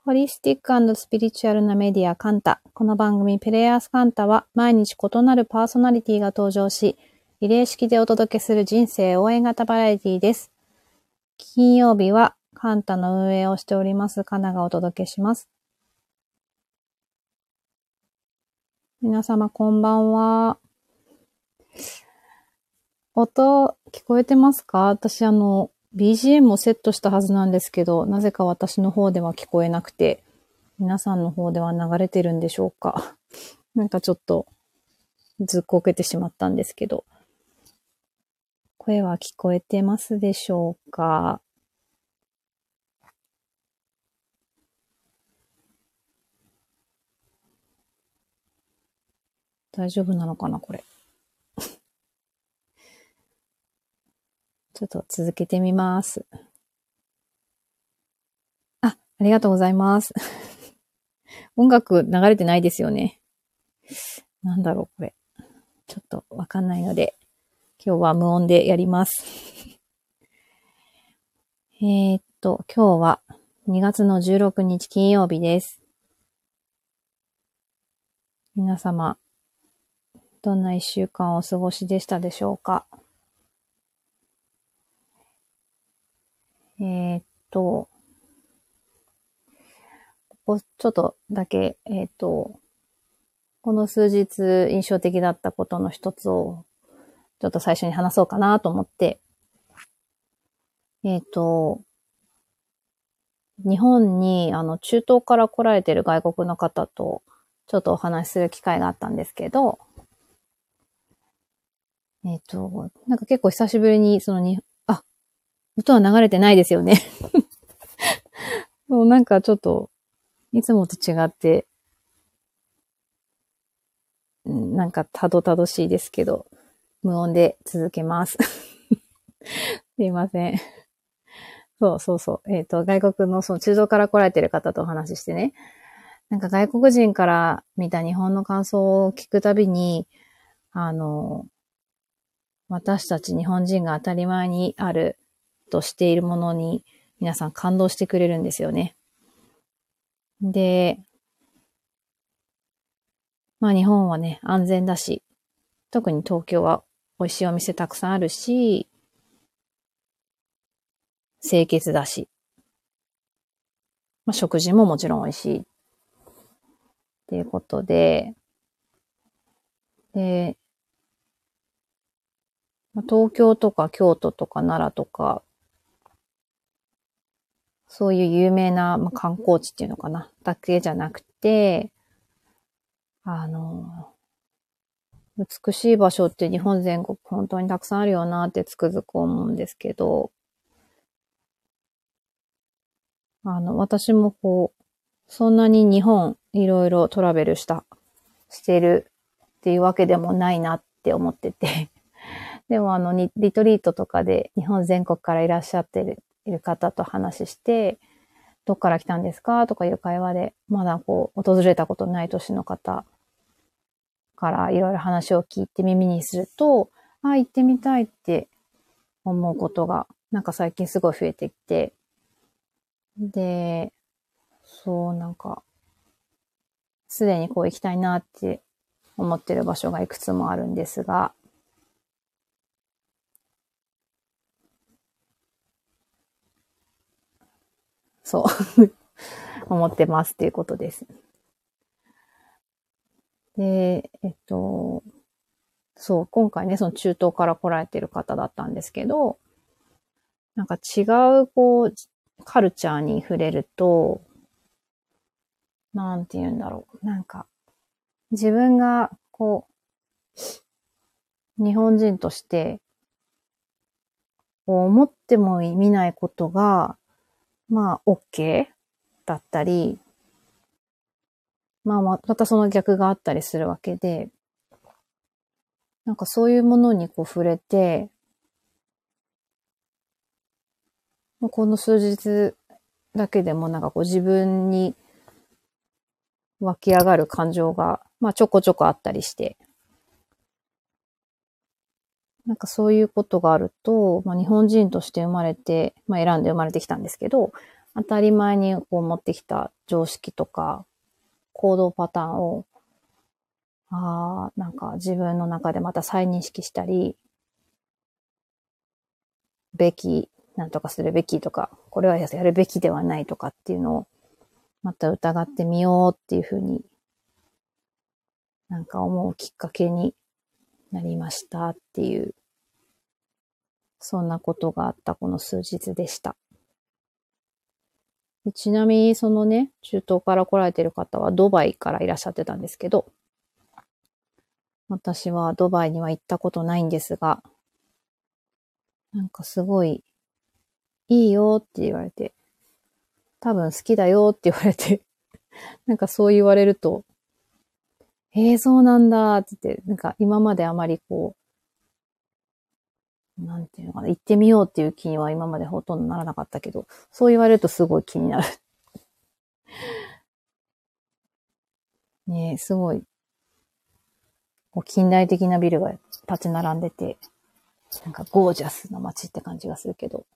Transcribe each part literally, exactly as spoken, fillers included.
ホリスティック&スピリチュアルなメディアカンタ。この番組ペレアースカンタは毎日異なるパーソナリティが登場し、リレー式でお届けする人生応援型バラエティです。金曜日はカンタの運営をしておりますカナがお届けします。皆様こんばんは。音聞こえてますか？私あの ビージーエム をセットしたはずなんですけど、なぜか私の方では聞こえなくて、皆さんの方では流れてるんでしょうか？なんかちょっとずっこけてしまったんですけど、声は聞こえてますでしょうか？大丈夫なのかなこれ。ちょっと続けてみます。あ、ありがとうございます。音楽流れてないですよね。なんだろうこれ。ちょっとわかんないので、今日は無音でやります。えーっと、今日はにがつのじゅうろくにち金曜日です。皆様、どんないっしゅうかんをお過ごしでしたでしょうか？えーっと、ここちょっとだけ、えーっと、この数日印象的だったことの一つをちょっと最初に話そうかなと思って、えーっと、日本にあの中東から来られている外国の方とちょっとお話しする機会があったんですけど、えっと、なんか結構久しぶりにそのに、あ、音は流れてないですよね。もうなんかちょっといつもと違って、なんかたどたどしいですけど、無音で続けます。すいません。そうそうそう。えっと、外国のその中東から来られてる方とお話ししてね、なんか外国人から見た日本の感想を聞くたびに、あの、私たち日本人が当たり前にあるとしているものに皆さん感動してくれるんですよね。で、まあ日本はね、安全だし、特に東京は美味しいお店たくさんあるし、清潔だし、まあ食事ももちろん美味しいっていうことで、で、まあ、東京とか京都とか奈良とか、そういう有名な、まあ、観光地っていうのかな、だけじゃなくて、あの、美しい場所って日本全国本当にたくさんあるよなってつくづく思うんですけど、あの、私もこう、そんなに日本いろいろトラベルした、してるっていうわけでもないなって思ってて。でもあの、リトリートとかで日本全国からいらっしゃってる、いる方と話して、どっから来たんですかとかいう会話で、まだこう、訪れたことない年の方からいろいろ話を聞いて耳にすると、あ、行ってみたいって思うことが、なんか最近すごい増えてきて、で、そうなんか、すでにこう行きたいなって思ってる場所がいくつもあるんですが、そう、思ってますっていうことです。で、えっと、そう、今回ね、その中東から来られてる方だったんですけど、なんか違う、こう、カルチャーに触れると、なんて言うんだろう。なんか、自分が、こう、日本人として、思っても見ないことが、まあ、OK だったり、まあ、またその逆があったりするわけで、なんかそういうものにこう触れて、この数日だけでもなんかこう自分に湧き上がる感情が、まあちょこちょこあったりして、なんかそういうことがあると、まあ日本人として生まれて、まあ選んで生まれてきたんですけど、 当たり前にこう持ってきた常識とか行動パターンを、ああ、なんか自分の中でまた再認識したり、べき、なんとかするべきとか、これはやるべきではないとかっていうのを、また疑ってみようっていうふうになんか思うきっかけになりましたっていう、そんなことがあったこの数日でした。でちなみにそのね、中東から来られてる方はドバイからいらっしゃってたんですけど、私はドバイには行ったことないんですが、なんかすごいいいよって言われて、多分好きだよって言われて、なんかそう言われると、えー、そうなんだって言って、なんか今まであまりこう、なんていうのかな、行ってみようっていう気には今までほとんどならなかったけど、そう言われるとすごい気になる。ねえ、すごい、こう近代的なビルが立ち並んでて、なんかゴージャスな街って感じがするけど、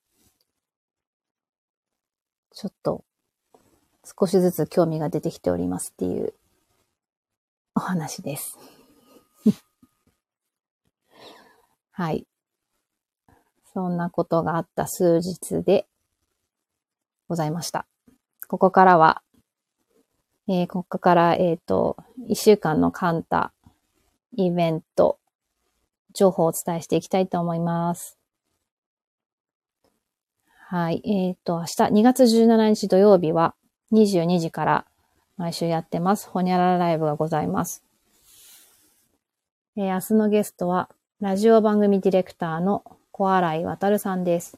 ちょっと少しずつ興味が出てきておりますっていうお話です。はい。そんなことがあった数日でございました。ここからは、えー、ここから、えっと、いっしゅうかんのカンタイベント情報をお伝えしていきたいと思います。はい。えっと、明日にがつじゅうしちにち土曜日はにじゅうにじから毎週やってます。ほにゃららライブがございます。えー、明日のゲストはラジオ番組ディレクターの小洗井渉さんです。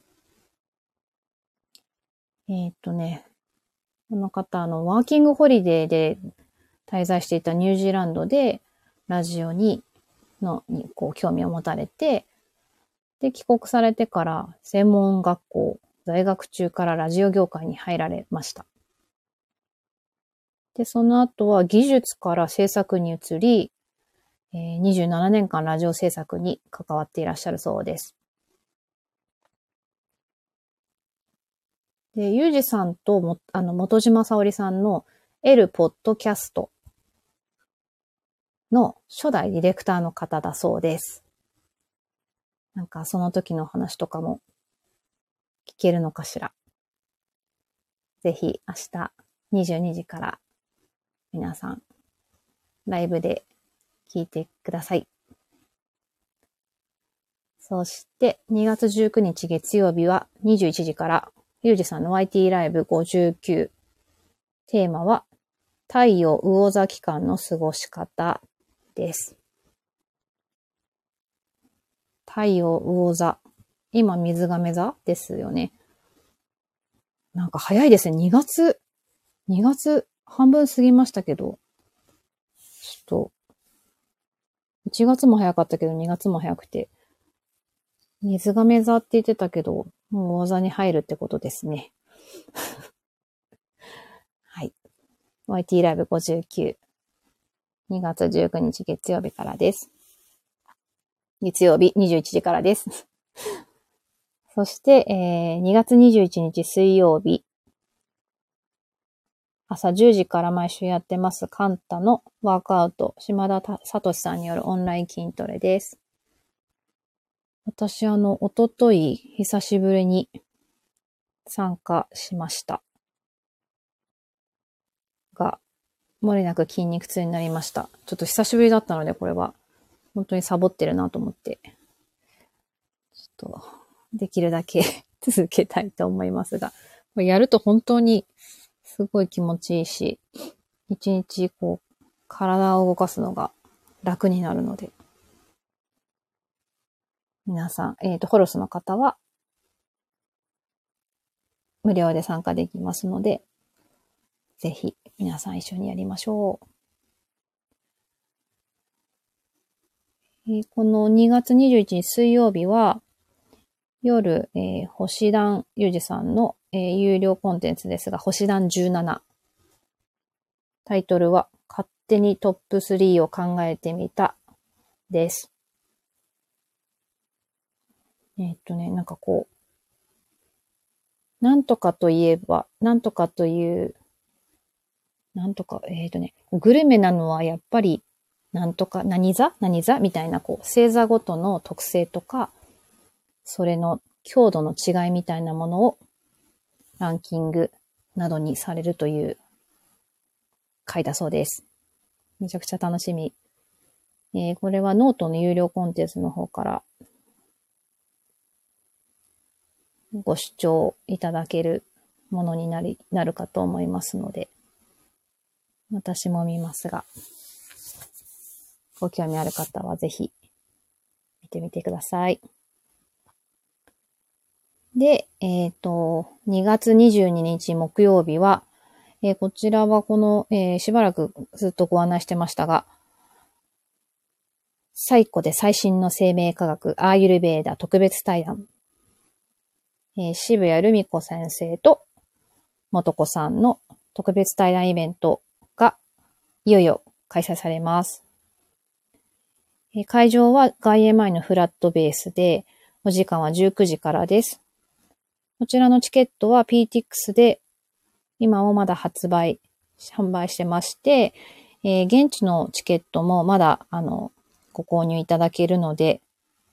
えっとね、この方、あの、ワーキングホリデーで滞在していたニュージーランドでラジオに、の、にこう興味を持たれて、で、帰国されてから専門学校、在学中からラジオ業界に入られました。で、その後は技術から制作に移り、えー、にじゅうななねんかんラジオ制作に関わっていらっしゃるそうです。で、ゆうじさんとも、あの、元島沙織さんの L ポッドキャストの初代ディレクターの方だそうです。なんかその時の話とかも聞けるのかしら。ぜひ明日にじゅうにじから皆さんライブで聞いてください。そしてにがつじゅうくにち月曜日はにじゅういちじからゆうじさんの ワイティー ライブごじゅうきゅう。テーマは太陽魚座期間の過ごし方です。太陽魚座。今水亀座ですよね。なんか早いですね。にがつ、にがつ半分過ぎましたけど、ちょっと、いちがつも早かったけどにがつも早くて、水亀座って言ってたけど、もう魚座に入るってことですね。はい。ワイティー ライブごじゅうきゅう。にがつじゅうくにち月曜日からです。月曜日にじゅういちじからです。そして、えー、にがつにじゅういちにち水曜日、朝じゅうじから毎週やってます、カンタのワークアウト、島田聡さんによるオンライン筋トレです。私、あの、おととい、久しぶりに参加しました。が、漏れなく筋肉痛になりました。ちょっと久しぶりだったので、これは、本当にサボってるなと思って、ちょっと、できるだけ続けたいと思いますが、やると本当にすごい気持ちいいし、一日こう、体を動かすのが楽になるので、皆さん、えっと、ホロスの方は、無料で参加できますので、ぜひ皆さん一緒にやりましょう。えー、このにがつにじゅういちにち水曜日は、夜、えー、星団ゆうじさんの、えー、有料コンテンツですが、星団じゅうなな。タイトルは、勝手にトップスリーを考えてみた、です。えー、っとね、なんかこなんとかといえば、なんとかという、なんとか、えっとね、グルメなのはやっぱり、なんとか、何座何座みたいな、こう、星座ごとの特性とか、それの強度の違いみたいなものをランキングなどにされるという回だそうです。めちゃくちゃ楽しみ。えー、これはノートの有料コンテンツの方からご視聴いただけるものになり、なるかと思いますので、私も見ますが、ご興味ある方はぜひ見てみてください。で、えっと、にがつにじゅうににち木曜日は、えー、こちらはこの、えー、しばらくずっとご案内してましたが、最古で最新の生命科学アーユルベーダ特別対談、えー、渋谷留美子先生と元子さんの特別対談イベントがいよいよ開催されます。えー、会場は外苑前のフラットベースで、お時間はじゅうくじからです。こちらのチケットは ピーティーエックス で今もまだ発売、販売してまして、えー、現地のチケットもまだ、あの、ご購入いただけるので、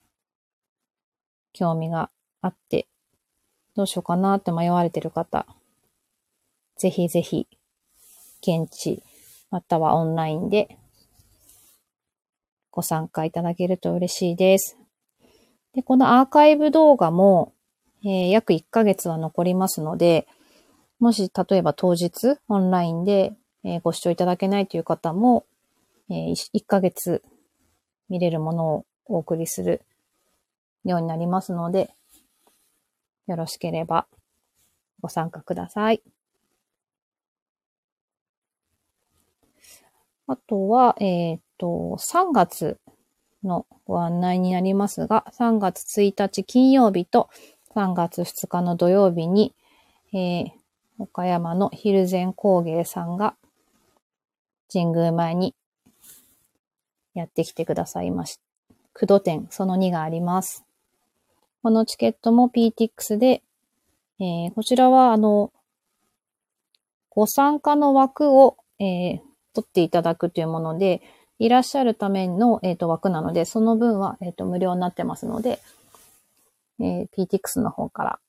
興味があって、どうしようかなって迷われてる方、ぜひぜひ、現地、またはオンラインでご参加いただけると嬉しいです。で、このアーカイブ動画も、えー、約いっかげつは残りますので、もし、例えば当日、オンラインで、えー、ご視聴いただけないという方も、えー、いっかげつ見れるものをお送りするようになりますので、よろしければご参加ください。あとは、えっと、さんがつのご案内になりますが、さんがつついたち金曜日とさんがつふつかの土曜日に、えー、岡山の蒜山工芸さんが神宮前にやってきてくださいました。くど展そのにがあります。このチケットも ピーティーエックス で、えー、こちらはあの、ご参加の枠を、えー、取っていただくというもので、いらっしゃるための、えー、と枠なので、その分は、えー、と無料になってますので、えー、ピーティーエックス の方から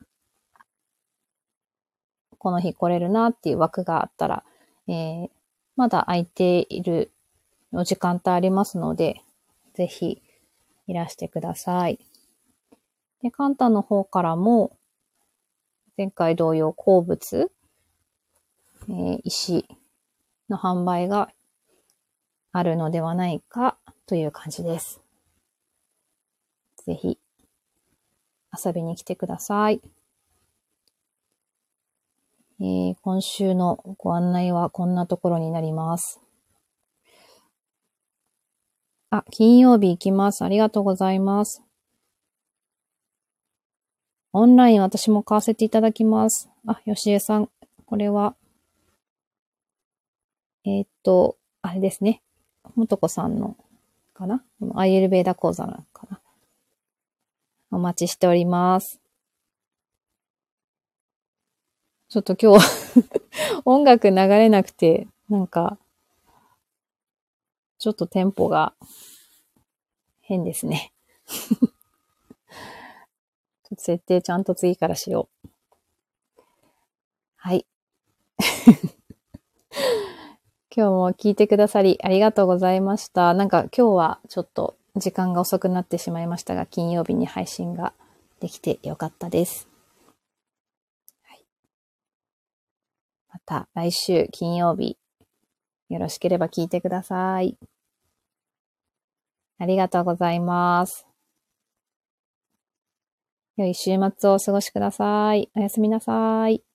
この日来れるなっていう枠があったら、えー、まだ空いているお時間帯ありますので、ぜひいらしてください。で、カンタの方からも、前回同様鉱物、えー、石の販売があるのではないかという感じです。ぜひ遊びに来てください。えー、今週のご案内はこんなところになります。あ、金曜日行きます。ありがとうございます。オンライン私も買わせていただきます。あ、よしえさん、これは、えー、っと、あれですね。もとこさんの、かなアイエルベーダ講座なのかな。お待ちしております。ちょっと今日音楽流れなくて、なんか、ちょっとテンポが変ですね。ちょっと設定ちゃんと次からしよう。はい。今日も聞いてくださりありがとうございました。なんか今日はちょっと時間が遅くなってしまいましたが、金曜日に配信ができてよかったです。はい、また来週金曜日、よろしければ聞いてください。ありがとうございます。良い週末をお過ごしください。おやすみなさい。